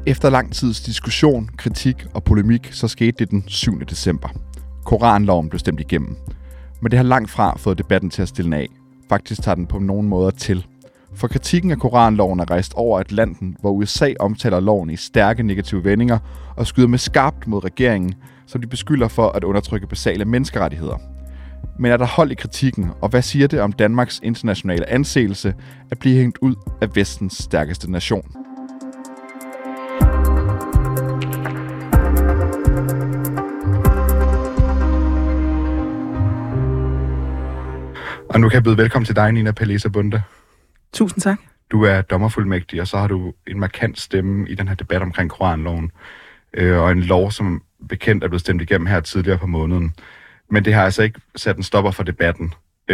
Efter lang tids diskussion, kritik og polemik, så skete det den 7. december. Koranloven blev stemt igennem. Men det har langt fra fået debatten til at stille af. Faktisk tager den på nogle måder til. For kritikken af koranloven er rejst over Atlanten, hvor USA omtaler loven i stærke negative vendinger og skyder med skarpt mod regeringen, som de beskylder for at undertrykke basale menneskerettigheder. Men er der hold i kritikken, og hvad siger det om Danmarks internationale anseelse at blive hængt ud af Vestens stærkeste nation? Og nu kan jeg byde velkommen til dig, Nina Palesa Bonde. Tusind tak. Du er dommerfuldmægtig, og så har du en markant stemme i den her debat omkring koranloven. Og en lov, som bekendt er blevet stemt igennem her tidligere på måneden. Men det har altså ikke sat en stopper for debatten.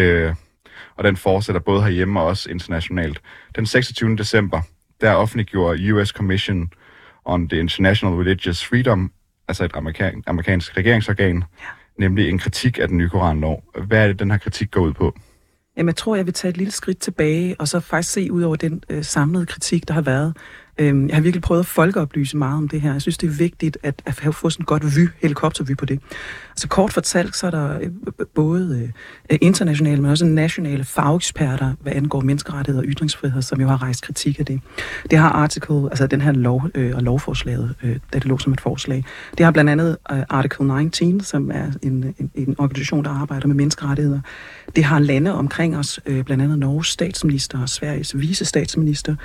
Og den fortsætter både herhjemme og også internationalt. Den 26. december, der offentliggjorde US Commission on the International Religious Freedom, altså et amerikansk regeringsorgan, nemlig en kritik af den nye koranlov. Hvad er det, den her kritik går ud på? Jamen, jeg tror, jeg vil tage et lille skridt tilbage, og så faktisk se ud over den samlede kritik, der har været. Jeg har virkelig prøvet at folkeoplyse meget om det her. Jeg synes, det er vigtigt at få sådan en godt helikoptervy på det. Altså kort fortalt, så er der både internationale, men også nationale fageksperter, hvad angår menneskerettigheder og ytringsfrihed, som jo har rejst kritik af det. Det har den her lov og lovforslaget, da det lå som et forslag. Det har blandt andet Article 19, som er en organisation, der arbejder med menneskerettigheder. Det har lande omkring os, blandt andet Norges statsminister og Sveriges vicestatsminister.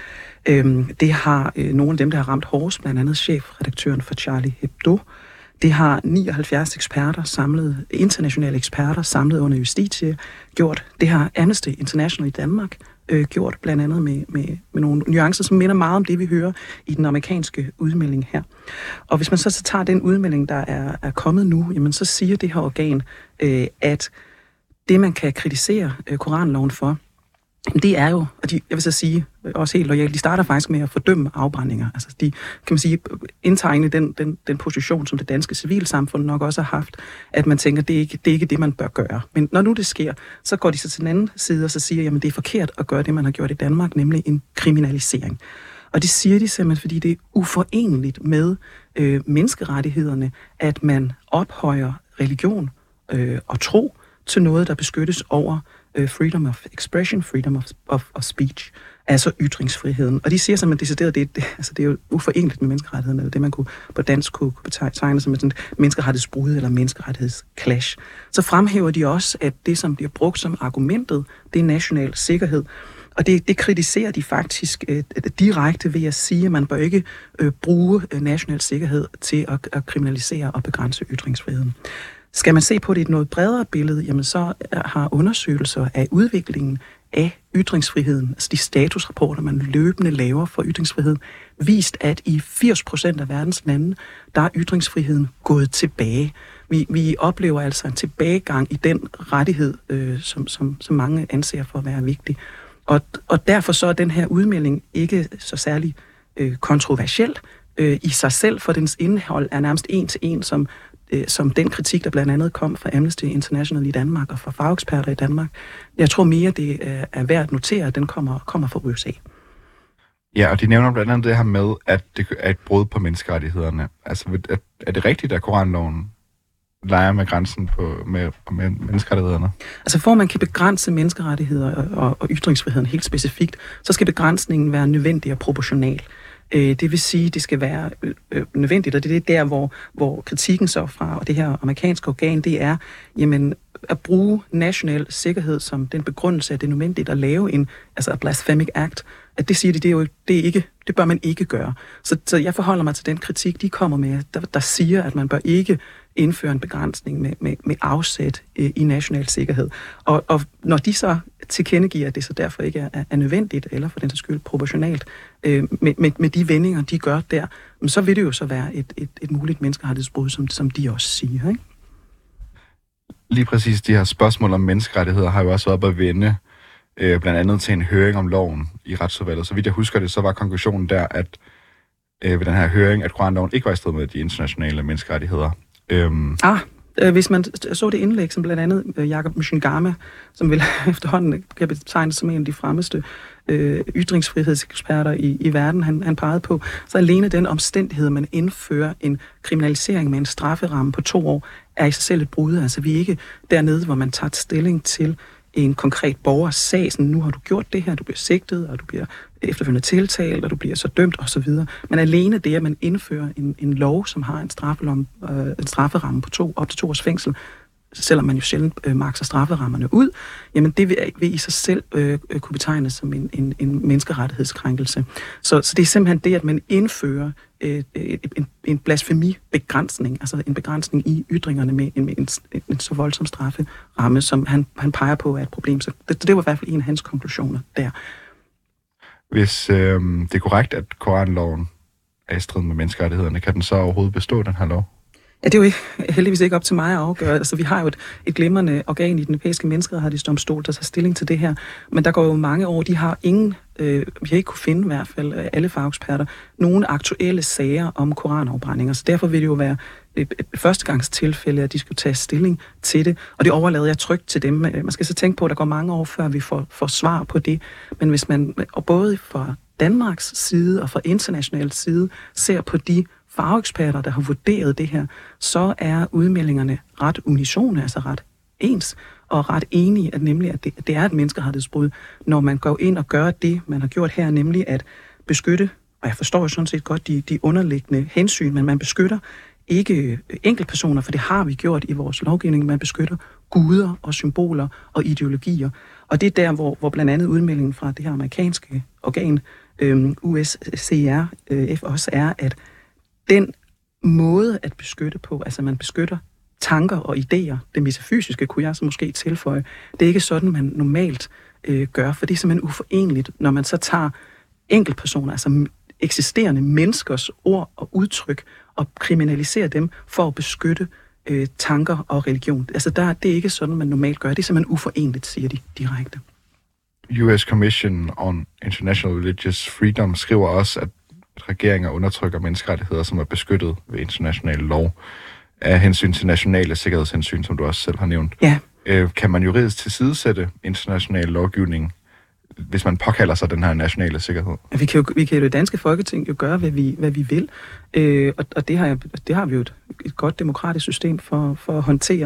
Det har nogle af dem, der har ramt hårdest, blandt andet chefredaktøren for Charlie Hebdo. Det har 79 internationale eksperter samlet under Justitia gjort. Det har Amnesty International i Danmark gjort, blandt andet med nogle nuancer, som minder meget om det, vi hører i den amerikanske udmelding her. Og hvis man så tager den udmelding, der er kommet nu, jamen så siger det her organ, at det, man kan kritisere koranloven for, det er jo, og jeg vil så sige, også helt loyalt, de starter faktisk med at fordømme afbrændinger. Altså de, kan man sige, indtegne den position, som det danske civilsamfund nok også har haft, at man tænker, det er ikke det, man bør gøre. Men når nu det sker, så går de så til den anden side og så siger, jamen det er forkert at gøre det, man har gjort i Danmark, nemlig en kriminalisering. Og det siger de simpelthen, fordi det er uforeneligt med menneskerettighederne, at man ophøjer religion og tro til noget, der beskyttes over freedom of expression, freedom of speech, altså ytringsfriheden. Og de siger simpelthen decideret, det er jo uforeneligt med menneskerettighederne, eller det man på dansk kunne betegne som et menneskerettighedsbrud eller menneskerettighedsclash. Så fremhæver de også, at det, som bliver brugt som argumentet, det er national sikkerhed. Og det kritiserer de faktisk direkte ved at sige, at man bør ikke bruge national sikkerhed til at kriminalisere og begrænse ytringsfriheden. Skal man se på det i et noget bredere billede, jamen så har undersøgelser af udviklingen af ytringsfriheden, altså de statusrapporter, man løbende laver for ytringsfrihed, vist, at i 80% af verdens lande, der er ytringsfriheden gået tilbage. Vi oplever altså en tilbagegang i den rettighed, som mange anser for at være vigtig. Og derfor så er den her udmelding ikke så særlig kontroversiel i sig selv, for dens indhold er nærmest en til en, som den kritik, der blandt andet kom fra Amnesty International i Danmark og fra fageksperter i Danmark. Jeg tror mere, det er værd at notere, at den kommer fra USA. Ja, og de nævner blandt andet det her med, at det er et brud på menneskerettighederne. Altså, er det rigtigt, at koranloven leger med grænsen med menneskerettighederne? Altså, for at man kan begrænse menneskerettigheder og ytringsfriheden helt specifikt, så skal begrænsningen være nødvendig og proportional. Det vil sige, at det skal være nødvendigt, og det er der, hvor kritikken så fra og det her amerikanske organ, det er jamen, at bruge national sikkerhed som den begrundelse, at det er nødvendigt at lave en blasphemic act. At det siger de, det bør man ikke gøre. Så jeg forholder mig til den kritik, de kommer med, der siger, at man bør ikke indføre en begrænsning med afsæt i national sikkerhed. Og når de så tilkendegiver, at det så derfor ikke er nødvendigt, eller for den sags skyld proportionalt, med de vendinger, de gør der, så vil det jo så være et muligt menneskerettighedsbrud, som de også siger, ikke? Lige præcis de her spørgsmål om menneskerettigheder har jo også været op at vende, blandt andet til en høring om loven i retsudvalget. Så vidt jeg husker det, så var konklusionen der, at ved den her høring, at koranloven ikke var i strid med de internationale menneskerettigheder. Hvis man så det indlæg, som blandt andet Jakob Mchangama, som vil efterhånden kan betegnes som en af de fremmeste ytringsfrihedseksperter i verden, han pegede på, så alene den omstændighed, man indfører en kriminalisering med en strafferamme på 2 år, er i sig selv et brud. Altså vi er ikke dernede, hvor man tager stilling til en konkret borgers sag, sådan, nu har du gjort det her, du bliver sigtet, og du bliver efterfølgende tiltalt, og du bliver så dømt osv. Men alene det, at man indfører en lov, som har en strafferamme på op til 2 års fængsel, selvom man jo sjældent makser strafferammerne ud, jamen det vil i sig selv kunne betegnes som en menneskerettighedskrænkelse. Så det er simpelthen det, at man indfører en blasfemibegrænsning, altså en begrænsning i ytringerne med en så voldsom strafferamme, som han peger på er et problem. Så det var i hvert fald en af hans konklusioner der. Hvis det er korrekt, at koranloven er i strid med menneskerettighederne, kan den så overhovedet bestå, den her lov? Ja, det er jo heldigvis ikke op til mig at afgøre. Altså, vi har jo et glimrende organ i den europæiske menneskerettighedsdomstol, der tager stilling til det her. Men der går jo mange år, vi har ikke kunne finde i hvert fald alle fageksperter, nogle aktuelle sager om koranafbrændinger. Så derfor vil det jo være et førstegangstilfælde, at de skal tage stilling til det. Og det overlader jeg trygt til dem. Man skal så tænke på, at der går mange år, før vi får svar på det. Men hvis man, og både fra Danmarks side og fra international side, ser på de fageksperter, der har vurderet det her, så er udmeldingerne ret unisone, altså ret ens, og ret enige, at nemlig, at det er et menneskerettighedsbrud, når man går ind og gør det, man har gjort her, nemlig at beskytte, og jeg forstår jo sådan set godt de underliggende hensyn, men man beskytter ikke enkeltpersoner, for det har vi gjort i vores lovgivning, man beskytter guder og symboler og ideologier. Og det er der, hvor blandt andet udmeldingen fra det her amerikanske organ, USCRF også er, at den måde at beskytte på, altså man beskytter tanker og idéer, det metafysiske kunne jeg så måske tilføje, det er ikke sådan, man normalt gør, for det er simpelthen uforenligt, når man så tager enkeltpersoner, altså eksisterende menneskers ord og udtryk, og kriminaliserer dem for at beskytte tanker og religion. Altså det er ikke sådan, man normalt gør, det er simpelthen uforenligt, siger de direkte. US Commission on International Religious Freedom skriver også, at regeringer undertrykker menneskerettigheder, som er beskyttet ved international lov af hensyn til nationale sikkerhedshensyn, som du også selv har nævnt. Ja. Kan man juridisk tilsidesætte international lovgivning, hvis man påkalder sig den her nationale sikkerhed? Vi kan jo i det danske Folketing jo gøre, hvad vi vil, og det har vi jo et godt demokratisk system for at håndtere.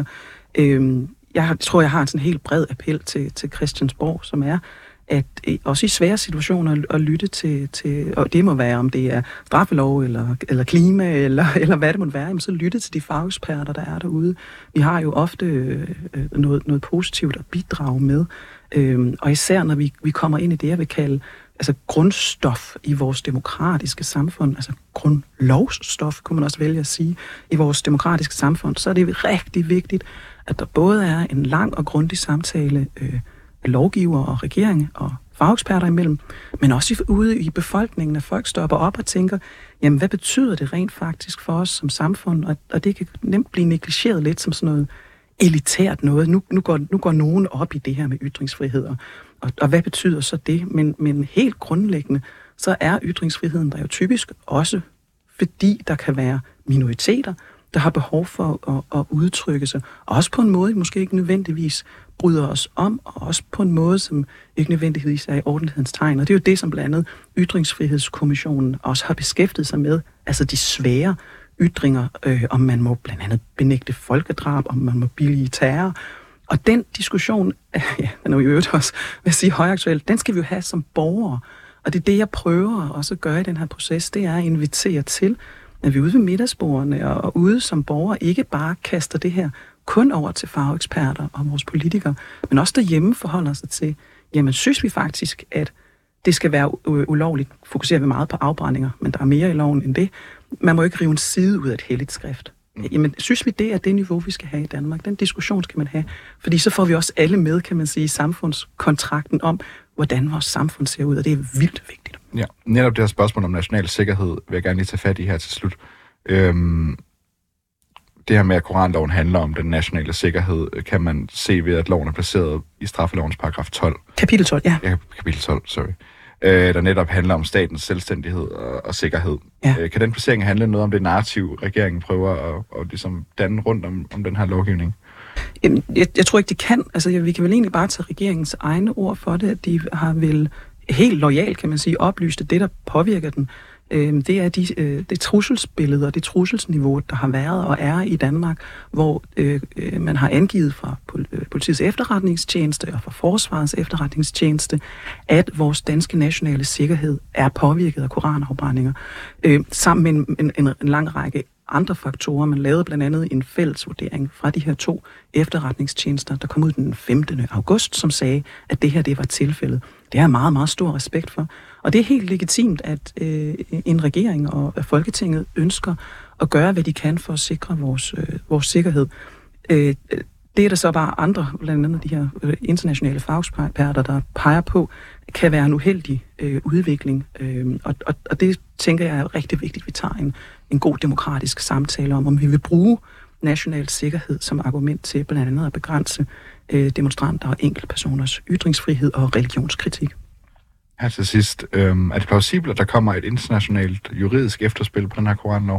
Jeg tror, jeg har en sådan helt bred appel til Christiansborg, som er, at også i svære situationer at lytte til, og det må være, om det er straffelov eller klima, eller hvad det må være, så lytte til de fageksperter, der er derude. Vi har jo ofte noget positivt at bidrage med, og især når vi kommer ind i det, jeg vil kalde altså grundstof i vores demokratiske samfund, altså grundlovsstof, kunne man også vælge at sige, i vores demokratiske samfund, så er det rigtig vigtigt, at der både er en lang og grundig samtale lovgiver og regering og fageksperter imellem, men også ude i befolkningen, at folk stopper op og tænker, jamen hvad betyder det rent faktisk for os som samfund, og det kan nemt blive negligeret lidt som sådan noget elitært noget. Nu går nogen op i det her med ytringsfrihed, og hvad betyder så det? Men helt grundlæggende, så er ytringsfriheden der jo typisk også, fordi der kan være minoriteter, der har behov for at udtrykke sig, også på en måde, måske ikke nødvendigvis bryder os om, og også på en måde, som ikke nødvendigvis er i ordentlighedens tegn. Og det er jo det, som blandt andet Ytringsfrihedskommissionen også har beskæftiget sig med, altså de svære ytringer, om man må blandt andet benægte folkedrab, om man må billige terror. Og den diskussion, den er jo i øvrigt også, vil jeg sige, højaktuel, den skal vi jo have som borgere. Og det er det, jeg prøver også at gøre i den her proces, det er at invitere til, at vi ude ved middagsbordene og ude som borgere ikke bare kaster det her kun over til fageksperter og vores politikere, men også derhjemme forholder sig til, jamen synes vi faktisk, at det skal være ulovligt. Fokuserer vi meget på afbrændinger, men der er mere i loven end det. Man må ikke rive en side ud af et helligt skrift. Jamen synes vi, det er det niveau, vi skal have i Danmark? Den diskussion skal man have, fordi så får vi også alle med, kan man sige, i samfundskontrakten om, hvordan vores samfund ser ud, og det er vildt vigtigt. Ja, netop det her spørgsmål om national sikkerhed vil jeg gerne lige tage fat i her til slut. Det her med, at koranloven handler om den nationale sikkerhed, kan man se ved, at loven er placeret i straffelovens paragraf 12. Kapitel 12, ja. Ja, kapitel 12, sorry. der netop handler om statens selvstændighed og sikkerhed. Ja. Kan den placering handle noget om det narrativ, regeringen prøver at ligesom danne rundt om den her lovgivning? Jeg tror ikke, det kan. Altså, vi kan vel egentlig bare tage regeringens egne ord for det, at de har vel helt loyalt, kan man sige, oplyst, at det, der påvirker den, det er det trusselsbillede og det trusselsniveau, der har været og er i Danmark, hvor man har angivet fra politiets efterretningstjeneste og fra forsvarets efterretningstjeneste, at vores danske nationale sikkerhed er påvirket af koranafbrændinger, sammen med en lang række andre faktorer. Man lavede blandt andet en fælles vurdering fra de her 2 efterretningstjenester, der kom ud den 15. august, som sagde, at det her det var tilfældet. Det har jeg meget, meget stor respekt for. Og det er helt legitimt, at en regering og Folketinget ønsker at gøre, hvad de kan for at sikre vores sikkerhed. Det er der så bare andre, blandt andet de her internationale fageksperter, der peger på, kan være en uheldig udvikling. Og det tænker jeg er rigtig vigtigt, at vi tager en god demokratisk samtale om vi vil bruge national sikkerhed som argument til blandt andet at begrænse demonstranter og enkeltpersoners ytringsfrihed og religionskritik. Her til sidst, er det plausibelt, at der kommer et internationalt juridisk efterspil på den her koranlov?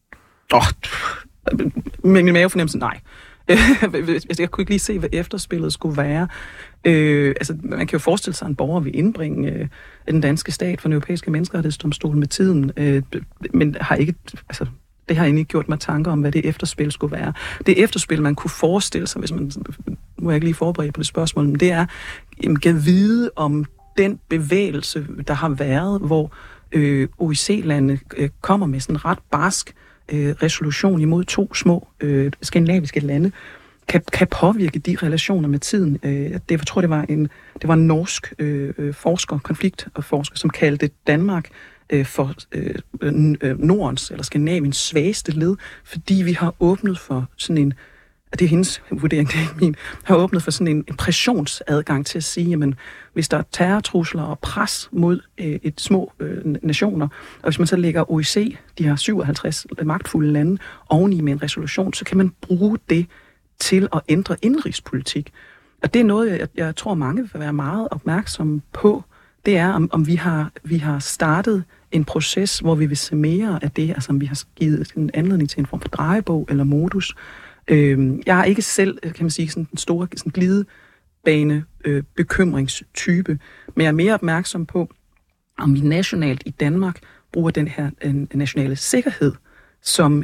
Med min mavefornemmelse, nej. Jeg kunne ikke lige se, hvad efterspillet skulle være. Man kan jo forestille sig, at en borger vil indbringe den danske stat for den europæiske menneskerettighedsdomstol med tiden, men det har egentlig ikke gjort mig tanker om, hvad det efterspil skulle være. Det efterspil, man kunne forestille sig, hvis man, nu er jeg ikke lige forberedt på det spørgsmål, men det er, at vide om den bevægelse, der har været, hvor OIC-lande kommer med sådan en ret barsk resolution imod 2 små skandinaviske lande, kan påvirke de relationer med tiden. Jeg tror, det var en norsk konfliktforsker, som kaldte Danmark for Nordens eller Skandinaviens svageste led, fordi vi har åbnet for sådan en, det er hendes vurdering, det er ikke min, har åbnet for sådan en pressionsadgang til at sige, jamen, hvis der er terrortrusler og pres mod et små nationer, og hvis man så lægger OIC, de har 57 magtfulde lande, oveni med en resolution, så kan man bruge det til at ændre indrigspolitik. Og det er noget, jeg tror, mange vil være meget opmærksomme på. Det er, om vi har startet en proces, hvor vi vil se mere af det, altså om vi har givet en anledning til en form for drejebog eller modus. Jeg er ikke selv, kan man sige, sådan en stor glidebane bekymringstype, men jeg er mere opmærksom på, om vi nationalt i Danmark bruger den her nationale sikkerhed som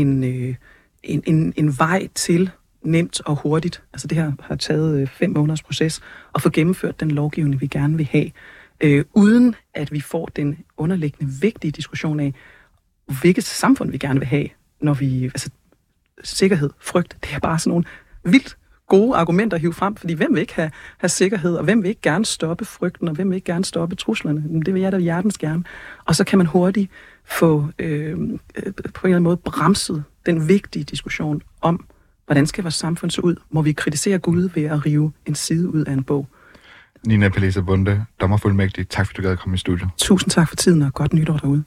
en vej til nemt og hurtigt. Altså det her har taget 5 måneders proces at få gennemført den lovgivning, vi gerne vil have, uden at vi får den underliggende vigtige diskussion af, hvilket samfund vi gerne vil have, når vi, sikkerhed, frygt, det er bare sådan nogle vildt gode argumenter at hive frem, fordi hvem vil ikke have sikkerhed, og hvem vil ikke gerne stoppe frygten, og hvem vil ikke gerne stoppe truslerne? Det vil jeg da hjertens gerne. Og så kan man hurtigt få på en eller anden måde bremset den vigtige diskussion om, hvordan skal vores samfund se ud? Må vi kritisere Gud ved at rive en side ud af en bog? Nina Palesa Bonde, dommerfuldmægtig. Tak fordi du gad at komme i studiet. Tusind tak for tiden, og godt nytår derude.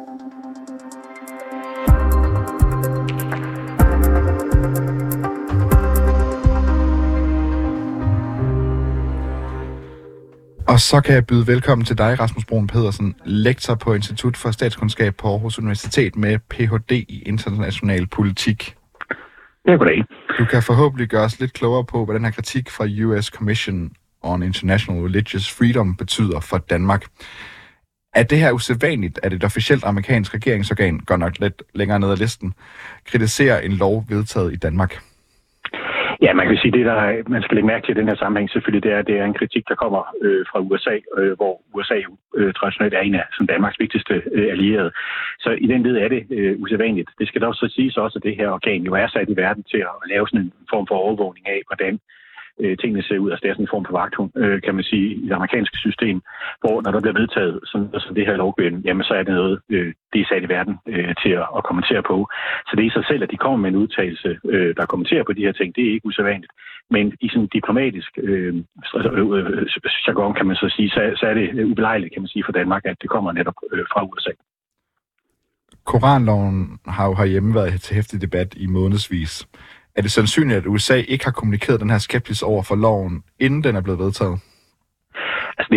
Og så kan jeg byde velkommen til dig, Rasmus Bruun Pedersen, lektor på Institut for Statskundskab på Aarhus Universitet med Ph.D. i international politik. Ja, goddag. Du kan forhåbentlig gøre os lidt klogere på, hvad den her kritik fra US Commission on International Religious Freedom betyder for Danmark. Er det her usædvanligt, at et officielt amerikansk regeringsorgan, går nok lidt længere ned ad listen, kritiserer en lov vedtaget i Danmark? Ja, man kan sige, det der man skal lægge mærke til i den her sammenhæng selvfølgelig, det er en kritik, der kommer fra USA, hvor USA jo traditionelt er en af Danmarks vigtigste allierede. Så i den led er det usædvanligt. Det skal dog så siges også, at det her organ jo er sat i verden til at lave sådan en form for overvågning af, hvordan tingene ser ud. Altså det er sådan en form for vagthund, kan man sige, i det amerikanske system, hvor når der bliver vedtaget som det her lovgivning, jamen så er det noget, det er sat i verden til at kommentere på. Så det er i sig selv, at de kommer med en udtalelse, der kommenterer på de her ting, det er ikke usædvanligt. Men i sådan en diplomatisk jargon, kan man så sige, så er det ubelejligt, kan man sige, for Danmark, at det kommer netop fra USA. Koranloven har jo herhjemme været til heftig debat i månedsvis. Er det sandsynligt, at USA ikke har kommunikeret den her skepsis over for loven, inden den er blevet vedtaget? Altså,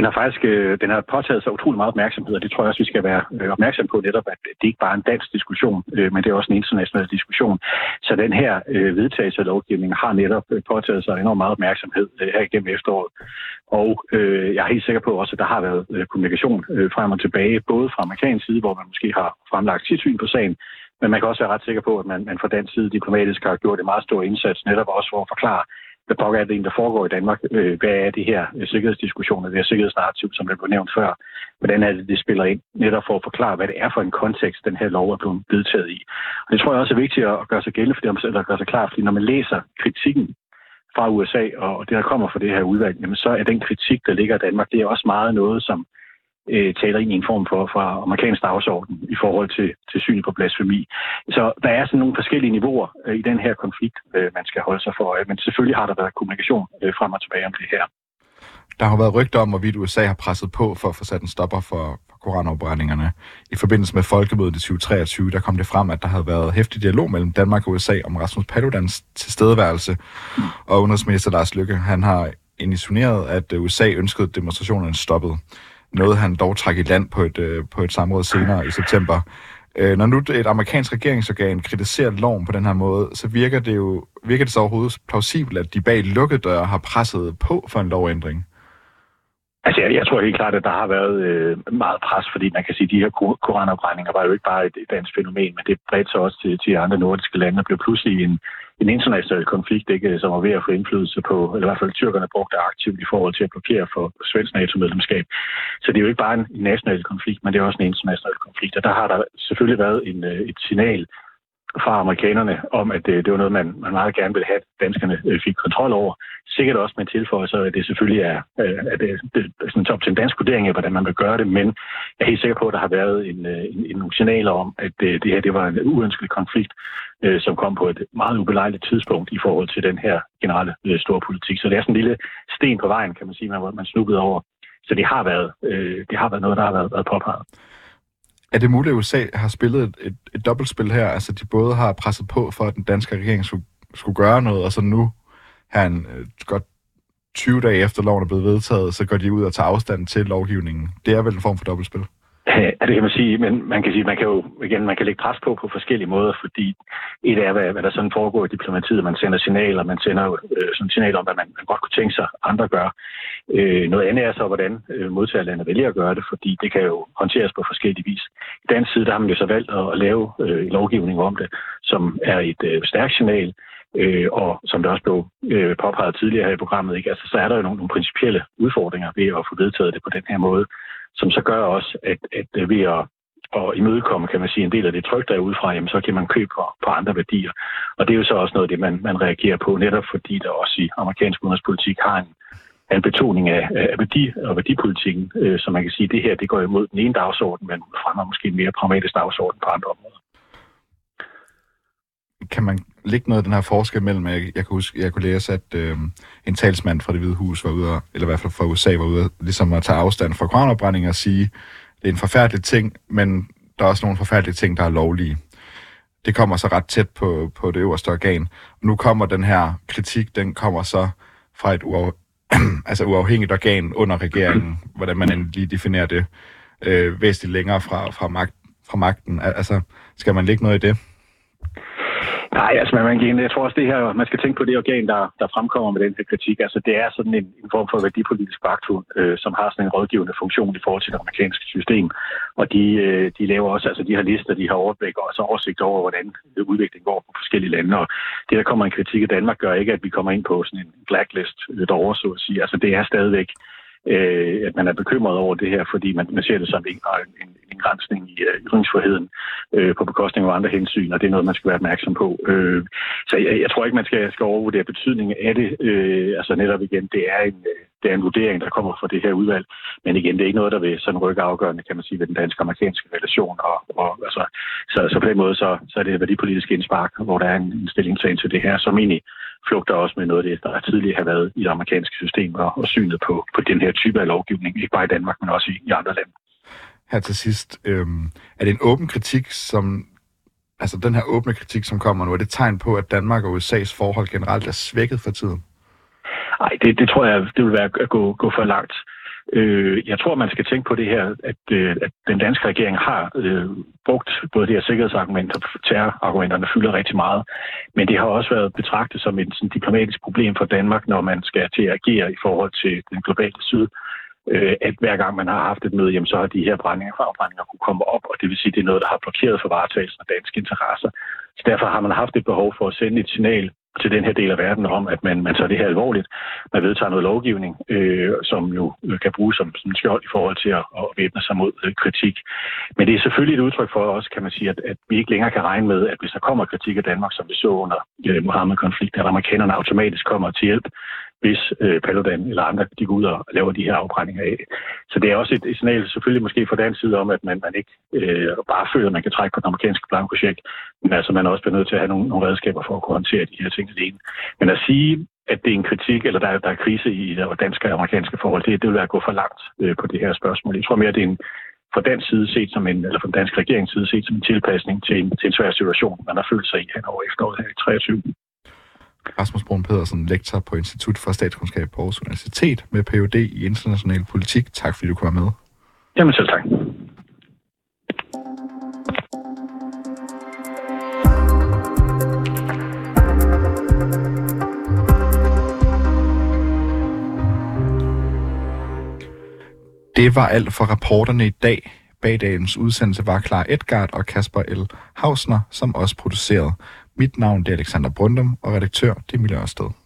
den har påtaget sig utrolig meget opmærksomhed, og det tror jeg også, vi skal være opmærksom på netop, at det ikke bare er en dansk diskussion, men det er også en international diskussion. Så den her vedtagelse af lovgivningen har netop påtaget sig enormt meget opmærksomhed her igennem efteråret. Og jeg er helt sikker på også, at der har været kommunikation frem og tilbage, både fra amerikansk side, hvor man måske har fremlagt sit syn på sagen, men man kan også være ret sikker på, at man fra dansk side diplomatisk har gjort en meget stor indsats, netop også for at forklare, hvad pokker er det, der foregår i Danmark? Hvad er det her sikkerhedsdiskussioner, det her sikkerhedsnarrativ, som det blev nævnt før? Hvordan er det spiller ind? Netop for at forklare, hvad det er for en kontekst, den her lov er blevet vedtaget i. Og det tror jeg også er vigtigt at gøre sig gældende, eller gøre sig klar, fordi når man læser kritikken fra USA, og det, der kommer fra det her udvalg, jamen så er den kritik, der ligger i Danmark, det er også meget noget, som taler ind i en form for amerikansk dagsorden i forhold til synet på blasfemi. Så der er sådan nogle forskellige niveauer i den her konflikt, man skal holde sig for. Men selvfølgelig har der været kommunikation frem og tilbage om det her. Der har været rygter om, hvorvidt USA har presset på for at få sat en stopper for koranafbrændingerne. I forbindelse med folkemødet i 2023, der kom det frem, at der havde været heftig dialog mellem Danmark og USA om Rasmus Paludans tilstedeværelse. Og udenrigsminister Lars Løkke, han har insinueret, at USA ønskede demonstrationerne stoppet. Noget han dog trak i land på et samråd senere i september. Når nu et amerikansk regeringsorgan kritiserer loven på den her måde, så virker det så overhovedet plausibelt, at de bag lukkede døre har presset på for en lovændring? Altså, jeg tror helt klart, at der har været meget pres, fordi man kan sige, at de her koranafbrændinger var jo ikke bare et dansk fænomen, men det bredte sig også til andre nordiske lande og blev pludselig en international konflikt, ikke, som var ved at få indflydelse på, eller i hvert fald tyrkerne brugte aktivt i forhold til at blokere for svensk NATO-medlemskab. Så det er jo ikke bare en national konflikt, men det er også en international konflikt, og der har der selvfølgelig været et signal fra amerikanerne om, at det var noget, man meget gerne ville have, at danskerne fik kontrol over. Sikkert også med tilføjelser, at det selvfølgelig er sådan op til en dansk vurdering af, hvordan man vil gøre det, men jeg er helt sikker på, at der har været nogle signaler om, at det her det var en uønsket konflikt, som kom på et meget ubelejligt tidspunkt i forhold til den her generelle store politik. Så det er sådan en lille sten på vejen, kan man sige, man snubbede over. Så det har været noget, der har været påpeget. Er det muligt, at USA har spillet et dobbeltspil her? Altså, de både har presset på for, at den danske regering skulle gøre noget, og så nu, her godt 20 dage efter loven er blevet vedtaget, så går de ud og tager afstand til lovgivningen. Det er vel en form for dobbeltspil? Ja, det kan man sige, men man kan lægge pres på forskellige måder, fordi et er, hvad der sådan foregår i diplomatiet. Man sender signaler, man sender jo sådan signaler om, hvad man godt kunne tænke sig, andre gør. Noget andet er så, hvordan modtagerlandet vælger at gøre det, fordi det kan jo håndteres på forskellige vis. I den side, der har man jo så valgt at lave lovgivning om det, som er et stærkt signal, og som der også blev påpeget tidligere her i programmet, ikke? Altså, så er der jo nogle principielle udfordringer ved at få vedtaget det på den her måde, som så gør også, at ved at imødekomme, kan man sige, en del af det tryk, der er udefra, jamen, så kan man købe på andre værdier. Og det er jo så også noget af det, man reagerer på, netop fordi der også i amerikansk udenrigspolitik har en betoning af værdipolitikken, så man kan sige, at det her det går imod den ene dagsorden, men fremmer måske en mere pragmatisk dagsorden på andre områder. Kan man lægge noget af den her forskel mellem, jeg kunne læse, at en talsmand fra Det Hvide Hus var ude, eller i hvert fald fra USA var ude, ligesom at tage afstand fra koranafbrænding og sige, det er en forfærdelig ting, men der er også nogle forfærdelige ting, der er lovlige. Det kommer så ret tæt på det øverste organ. Og nu kommer den her kritik, den kommer så fra et uafhængigt organ under regeringen, hvordan man lige definerer det, væsentligt længere fra magten. Altså, skal man lægge noget i det? Nej, altså jeg tror også det her, man skal tænke på det organ, der fremkommer med den her kritik. Altså det er sådan en form for værdipolitisk vagthund, som har sådan en rådgivende funktion i forhold til det amerikanske system. Og de laver også, altså de har lister, de har overblik og også oversigt over, hvordan udviklingen går på forskellige lande. Og det, der kommer en kritik af Danmark, gør ikke, at vi kommer ind på sådan en blacklist derovre, så at sige. Altså det er stadigvæk, at man er bekymret over det her, fordi man ser det som en grænsning i ytringsfriheden på bekostning af andre hensyn, og det er noget, man skal være opmærksom på. Så jeg tror ikke, man skal overvurdere betydningen af det. Altså netop igen, det er en vurdering, der kommer fra det her udvalg, men igen, det er ikke noget, der vil sådan rykke afgørende, kan man sige, ved den dansk-amerikanske relation. Så på den måde, så er det værdipolitiske indspark, hvor der er en stillingtagen til det her, som egentlig flugter også med noget af det, der tidligere har været i det amerikanske system og synet på den her type af lovgivning, ikke bare i Danmark, men også i andre lande. Her til sidst, er det en åben kritik, altså den her åbne kritik, som kommer nu, er det tegn på, at Danmark og USA's forhold generelt er svækket for tiden? Nej, det tror jeg, det vil være at gå for langt. Jeg tror, man skal tænke på det her, at den danske regering har brugt både de her sikkerhedsargumenter og terrorargumenterne fylder rigtig meget. Men det har også været betragtet som et sådan diplomatisk problem for Danmark, når man skal til at agere i forhold til den globale syd. At hver gang man har haft et møde, jamen, så har de her afbrændinger kunne komme op, og det vil sige, at det er noget, der har blokeret for varetagelsen af danske interesser. Så derfor har man haft et behov for at sende et signal til den her del af verden om, at man tager det her alvorligt. Man vedtager noget lovgivning, som jo kan bruges som skjold i forhold til at væbne sig mod kritik. Men det er selvfølgelig et udtryk for os, kan man sige, at vi ikke længere kan regne med, at hvis der kommer kritik af Danmark, som vi så under Muhammed-konflikten, at amerikanerne automatisk kommer til hjælp, hvis Paludan eller andre de går ud og laver de her afbrændinger af. Så det er også et signal selvfølgelig måske fra dansk side om, at man ikke bare føler, at man kan trække på den amerikanske blankocheck, men altså man også bliver nødt til at have nogle redskaber for at kunne håndtere de her ting alene. Men at sige, at det er en kritik, eller der er krise i danske og amerikanske forhold, det vil være at gå for langt på det her spørgsmål. Jeg tror mere, at det er fra dansk side set som eller fra den danske regerings side set som en tilpasning til en svær situation, man har følt sig i hen over efteråret her i 23. Rasmus Bruun Pedersen, lektor på Institut for Statskundskab på Aarhus Universitet med Ph.D. i international politik. Tak fordi du kunne være med. Jamen selv tak. Det var alt for rapporterne i dag. Bag dagens udsendelse var Clara Edgard og Kasper L. Hausner, som også producerede. Mit navn er Alexander Brøndum, og redaktør det er Mille Ørsted.